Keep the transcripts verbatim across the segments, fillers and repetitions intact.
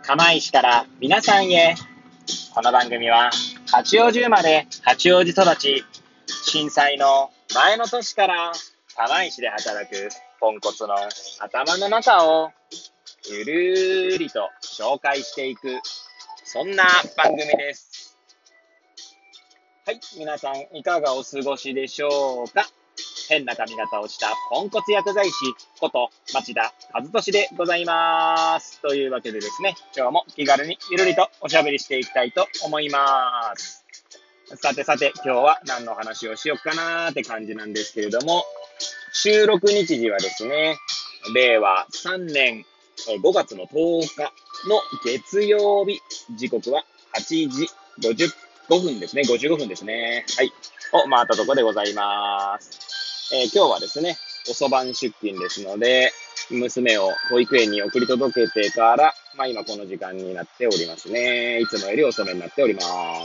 釜石から皆さんへ。この番組は八王子生まれ八王子育ち、震災の前の年から釜石で働くポンコツの頭の中をゆるーりと紹介していく、そんな番組です。はい、皆さんいかがお過ごしでしょうか。変な髪型をしたポンコツ薬剤師こと町田和俊でございます。というわけでですね、今日も気軽にゆるりとおしゃべりしていきたいと思います。さてさて、今日は何の話をしよっかなーって感じなんですけれども、収録日時はですね、れいわさんねんごがつのとおかの月曜日、時刻ははちじごじゅうごふんですね、ごじゅうごふんですね。はい。を回ったところでございます。えー、今日はですね、遅番出勤ですので、娘を保育園に送り届けてから、まあ今この時間になっておりますね。いつもより遅めになっております。はい。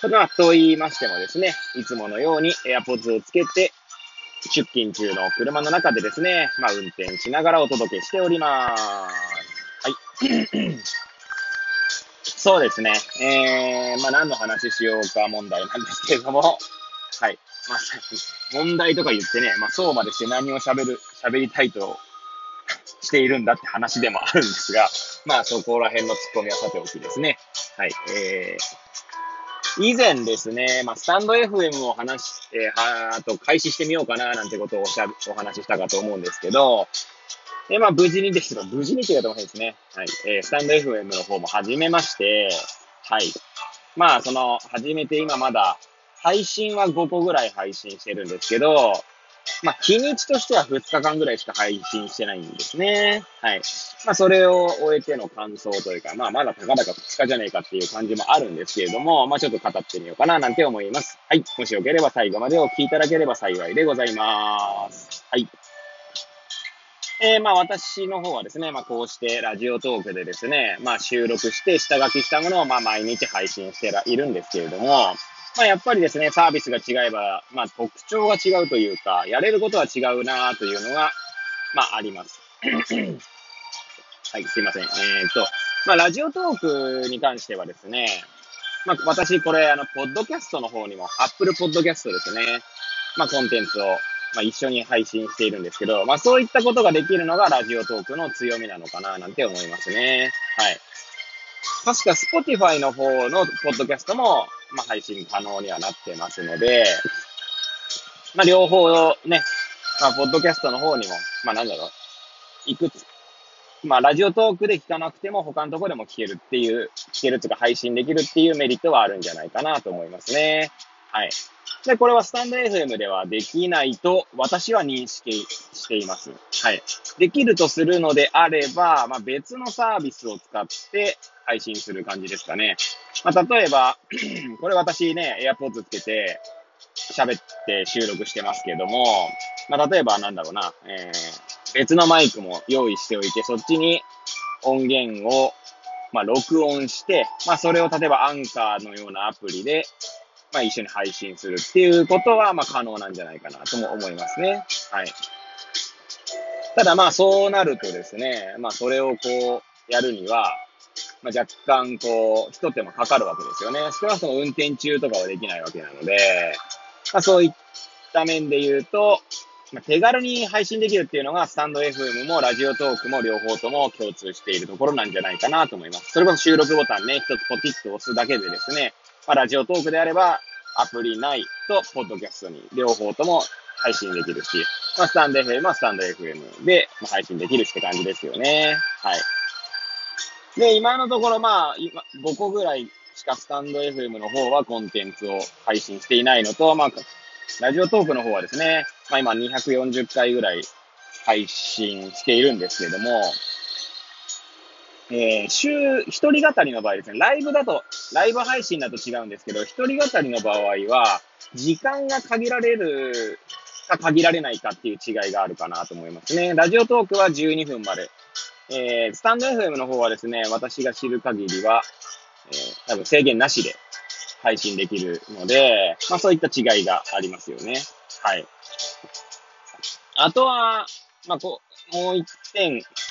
まあ、と言いましてもですね、いつものように AirPods をつけて、出勤中の車の中でですね、まあ運転しながらお届けしております。はい。そうですね。えー、まあ何の話しようか問題なんですけれども、はい。まあ、問題とか言ってね、まあそうまでして何を喋る、喋りたいとしているんだって話でもあるんですが、まあそこら辺のツッコミはさておきですね。はい。えー、以前ですね、まあスタンド エフエム を話し、えー、はーと開始してみようかななんてことをおしゃお話ししたかと思うんですけど、えー、まあ無事にですけど、無事にって言うかと思うんですね。はい。えー、スタンド エフエム の方も始めまして、はい。まあその、始めて今まだ、配信はごこぐらい配信してるんですけど、まあ、日にちとしてはふつかかんぐらいしか配信してないんですね。はい。まあ、それを終えての感想というか、まあ、まだたかだかふつかじゃねえかっていう感じもあるんですけれども、まあ、ちょっと語ってみようかななんて思います。はい。もしよければ最後までお聞きいただければ幸いでございます。はい。えー、まあ、私の方はですね、まあ、こうしてラジオトークでですね、まあ、収録して下書きしたものを、まあ、毎日配信しているんですけれども、まあ、やっぱりですね、サービスが違えば、まあ、特徴が違うというか、やれることは違うなというのが、まあ、あります。はい、すいません。えー、っと、まあ、ラジオトークに関してはですね、まあ、私、これ、あの、ポッドキャストの方にも、Apple Podcast ですね、まあ、コンテンツを、まあ、一緒に配信しているんですけど、まあ、そういったことができるのがラジオトークの強みなのかな、なんて思いますね。はい。確か Spotify の方のポッドキャストも、まあ、配信可能にはなってますので、まあ、両方ね、まあ、ポッドキャストの方にも、まあ、なんだろう、いくつ、まあ、ラジオトークで聞かなくても他のところでも聞けるっていう、聞けるというか配信できるっていうメリットはあるんじゃないかなと思いますね。はい。で、これはスタンド エフエム ではできないと私は認識しています。はい。できるとするのであれば、まあ、別のサービスを使って配信する感じですかね。まあ、例えば、これ私ね、AirPods つけて喋って収録してますけども、まあ、例えばなんだろうな、えー、別のマイクも用意しておいて、そっちに音源を、まあ、録音して、まあ、それを例えばアンカーのようなアプリで、まあ、一緒に配信するっていうことは、まあ、可能なんじゃないかなとも思いますね。はい。ただ、まあ、そうなるとですね、まあ、それをこう、やるには、まあ、若干、こう、一手間かかるわけですよね。少なくとも運転中とかはできないわけなので、まあ、そういった面で言うと、まあ、手軽に配信できるっていうのが、スタンド エフエム もラジオトークも両方とも共通しているところなんじゃないかなと思います。それこそ収録ボタンね、一つポチッと押すだけでですね、まあ、ラジオトークであれば、アプリ内とポッドキャストに両方とも配信できるし、まあ、スタンド エフエム はスタンド エフエム で配信できるって感じですよね。はい。で、今のところまあ、今ごこぐらいしかスタンド エフエム の方はコンテンツを配信していないのと、まあ、ラジオトークの方はですね、まあ今にひゃくよんじゅっかいぐらい配信しているんですけれども、えー、週、一人語りの場合ですね、ライブだと、ライブ配信だと違うんですけど、一人語りの場合は、時間が限られるか限られないかっていう違いがあるかなと思いますね。ラジオトークはじゅうにふんまで。えー、スタンド エフエム の方はですね、私が知る限りは、えー、多分制限なしで配信できるので、まあそういった違いがありますよね。はい。あとは、まあこう、もう一点、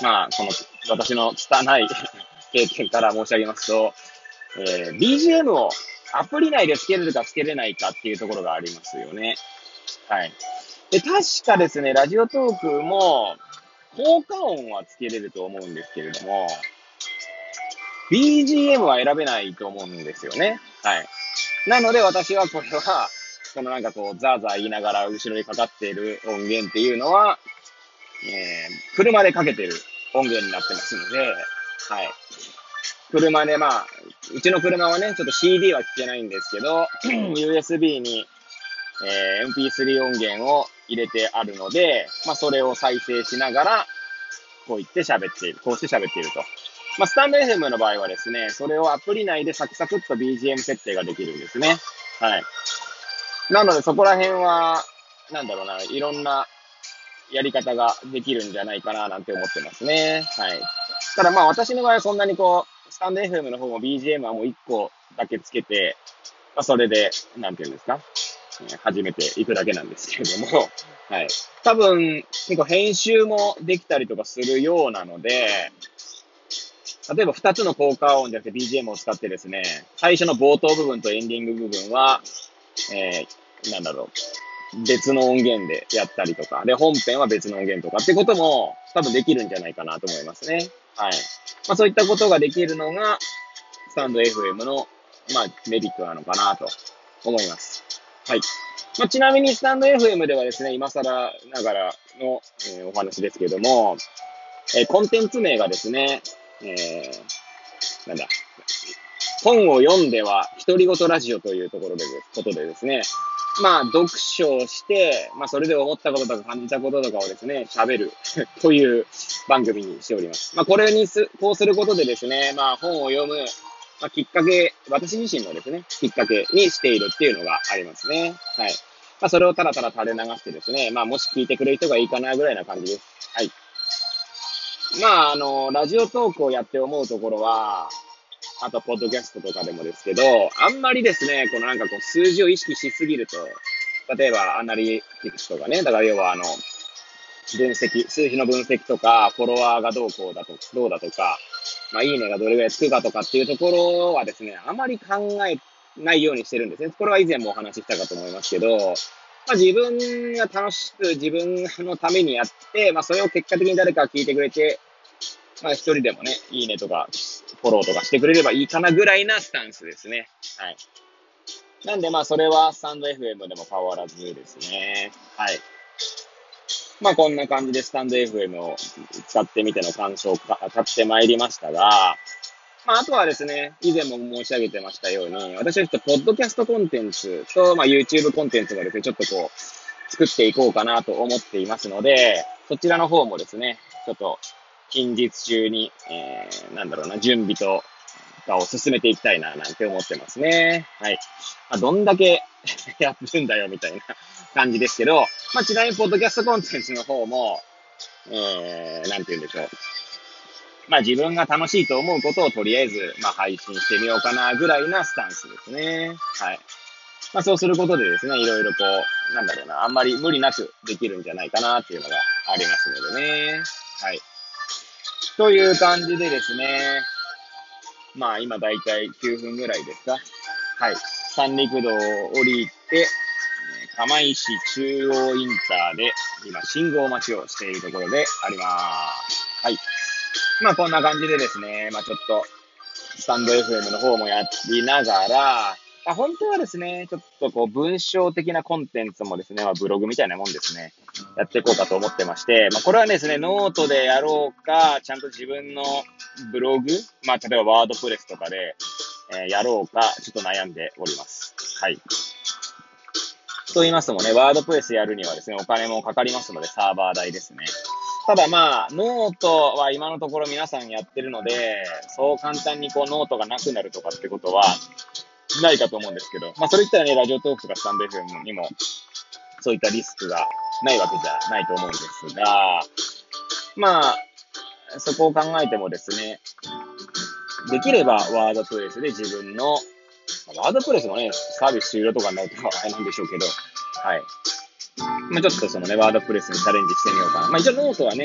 まあ、この、私の拙い経験から申し上げますと、えー、ビージーエム をアプリ内でつけれるかつけれないかっていうところがありますよね。はい。で、確かですね、ラジオトークも、効果音はつけれると思うんですけれども、ビージーエム は選べないと思うんですよね。はい。なので私はこれは、このなんかこう、ザーザー言いながら後ろにかかっている音源っていうのは、えー、車でかけてる音源になってますので、はい。車でまあ、うちの車はね、ちょっと シーディー は聞けないんですけど、ユーエスビー に、えー、エムピースリー 音源を入れてあるので、まあそれを再生しながら、こう言って喋っている、こうして喋っていると。まあ、スタンド エフエム の場合はですね、それをアプリ内でサクサクっと ビージーエム 設定ができるんですね。はい。なのでそこら辺は、なんだろうな、いろんなやり方ができるんじゃないかななんて思ってますね。はい。ただまあ私の場合はそんなにこう、スタンド エフエム の方も ビージーエム はもういっこだけつけて、まあそれで、なんていうんですか、始めていくだけなんですけれども、はい。多分、結構編集もできたりとかするようなので、例えばふたつの効果音じゃなくて ビージーエム を使ってですね、最初の冒頭部分とエンディング部分は、えー、なんだろう、別の音源でやったりとか、で、本編は別の音源とかってことも多分できるんじゃないかなと思いますね。はい。まあそういったことができるのが、スタンド エフエム の、まあメリットなのかなと思います。はい。まあ、ちなみにスタンド エフエム ではですね、今更ながらの、えー、お話ですけれども、えー、コンテンツ名がですね、えー、なんだ、本を読んでは独り言ラジオというところで、ことでですね、まあ、読書をして、まあ、それで思ったこととか感じたこととかをですね、喋るという番組にしております。まあ、これにす、こうすることでですね、まあ、本を読む、まあ、きっかけ、私自身のですね、きっかけにしているっていうのがありますね。はい。まあ、それをただただ垂れ流してですね、まあ、もし聞いてくれる人がいいかなぐらいな感じです。はい。まあ、あの、ラジオトークをやって思うところは、あと、ポッドキャストとかでもですけど、あんまりですね、このなんかこう、数字を意識しすぎると、例えば、アナリティクスとかね、だから要はあの、分析、数字の分析とか、フォロワーがどうこうだと、どうだとか、まあ、いいねがどれぐらいつくかとかっていうところはですね、あまり考えないようにしてるんですね。これは以前もお話ししたかと思いますけど、まあ、自分が楽しく自分のためにやって、まあ、それを結果的に誰かが聞いてくれて、まあ、一人でもね、いいねとか、フォローとかしてくれればいいかなぐらいなスタンスですね。はい。なんで、まあ、それはスタンド エフエム でも変わらずですね。はい。まあ、こんな感じでスタンド エフエム を使ってみての感想を語ってまいりましたが、まあ、あとはですね、以前も申し上げてましたように、私はちょっと、ポッドキャストコンテンツと、まあ、YouTube コンテンツもですね、ちょっとこう、作っていこうかなと思っていますので、そちらの方もですね、ちょっと、近日中に、えー、なんだろうな、準備とかを進めていきたいな、なんて思ってますね。はい。まあ、どんだけやってるんだよ、みたいな感じですけど、まあ、ちなみに、ポッドキャストコンテンツの方も、えー、なんて言うんでしょう。まあ、自分が楽しいと思うことをとりあえず、まあ、配信してみようかな、ぐらいなスタンスですね。はい。まあ、そうすることでですね、いろいろこう、なんだろうな、あんまり無理なくできるんじゃないかな、っていうのがありますのでね。はい。という感じでですね、まあ今だいたいきゅうふんぐらいですか。はい。三陸道を降りて、釜石中央インターで今信号待ちをしているところであります。はい。まあこんな感じでですね、まあちょっとスタンド エフエム の方もやりながら、あ、本当はですね、ちょっとこう文章的なコンテンツもですね、まあ、ブログみたいなもんですね、やっていこうかと思ってまして、まあ、これはですね、ノートでやろうか、ちゃんと自分のブログ、まあ、例えばワードプレスとかで、えー、やろうか、ちょっと悩んでおります。はい。と言いますともね、ワードプレスやるにはですね、お金もかかりますので、サーバー代ですね。ただまあ、ノートは今のところ皆さんやってるので、そう簡単にこうノートがなくなるとかってことはないかと思うんですけど、まあそれ言ったらね、ラジオトークとかスタンド エフエム にもそういったリスクがないわけじゃないと思うんですが、まあ、そこを考えてもですね、できればワードプレスで自分の、ワードプレスもね、サービス終了とかになるとあれなんでしょうけど、はい。まあちょっとそのね、ワードプレスにチャレンジしてみようかな。まあ一応ノートはね、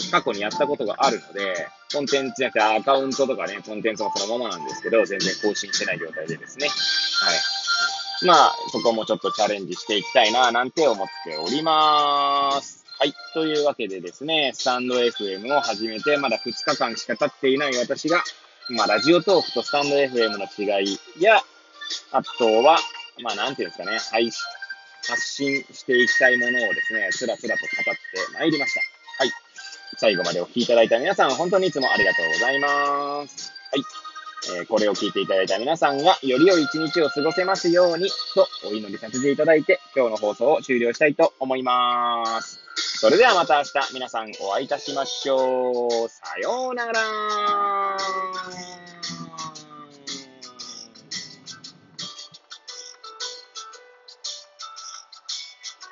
過去にやったことがあるので、コンテンツじゃなくてアカウントとかね、コンテンツもそのままなんですけど、全然更新してない状態でですね。はい。まあ、そこもちょっとチャレンジしていきたいな、なんて思っております。はい。というわけでですね、スタンド エフエム を始めて、まだふつかかんしか経っていない私が、まあ、ラジオトークとスタンド エフエム の違いや、あとは、まあ、なんていうんですかね、配信、発信していきたいものをですね、つらつらと語ってまいりました。はい。最後までお聞きいただいた皆さん、本当にいつもありがとうございます。はい。えー、これを聞いていただいた皆さんが、より良い一日を過ごせますように、とお祈りさせていただいて、今日の放送を終了したいと思います。それではまた明日、皆さんお会いいたしましょう。さようなら。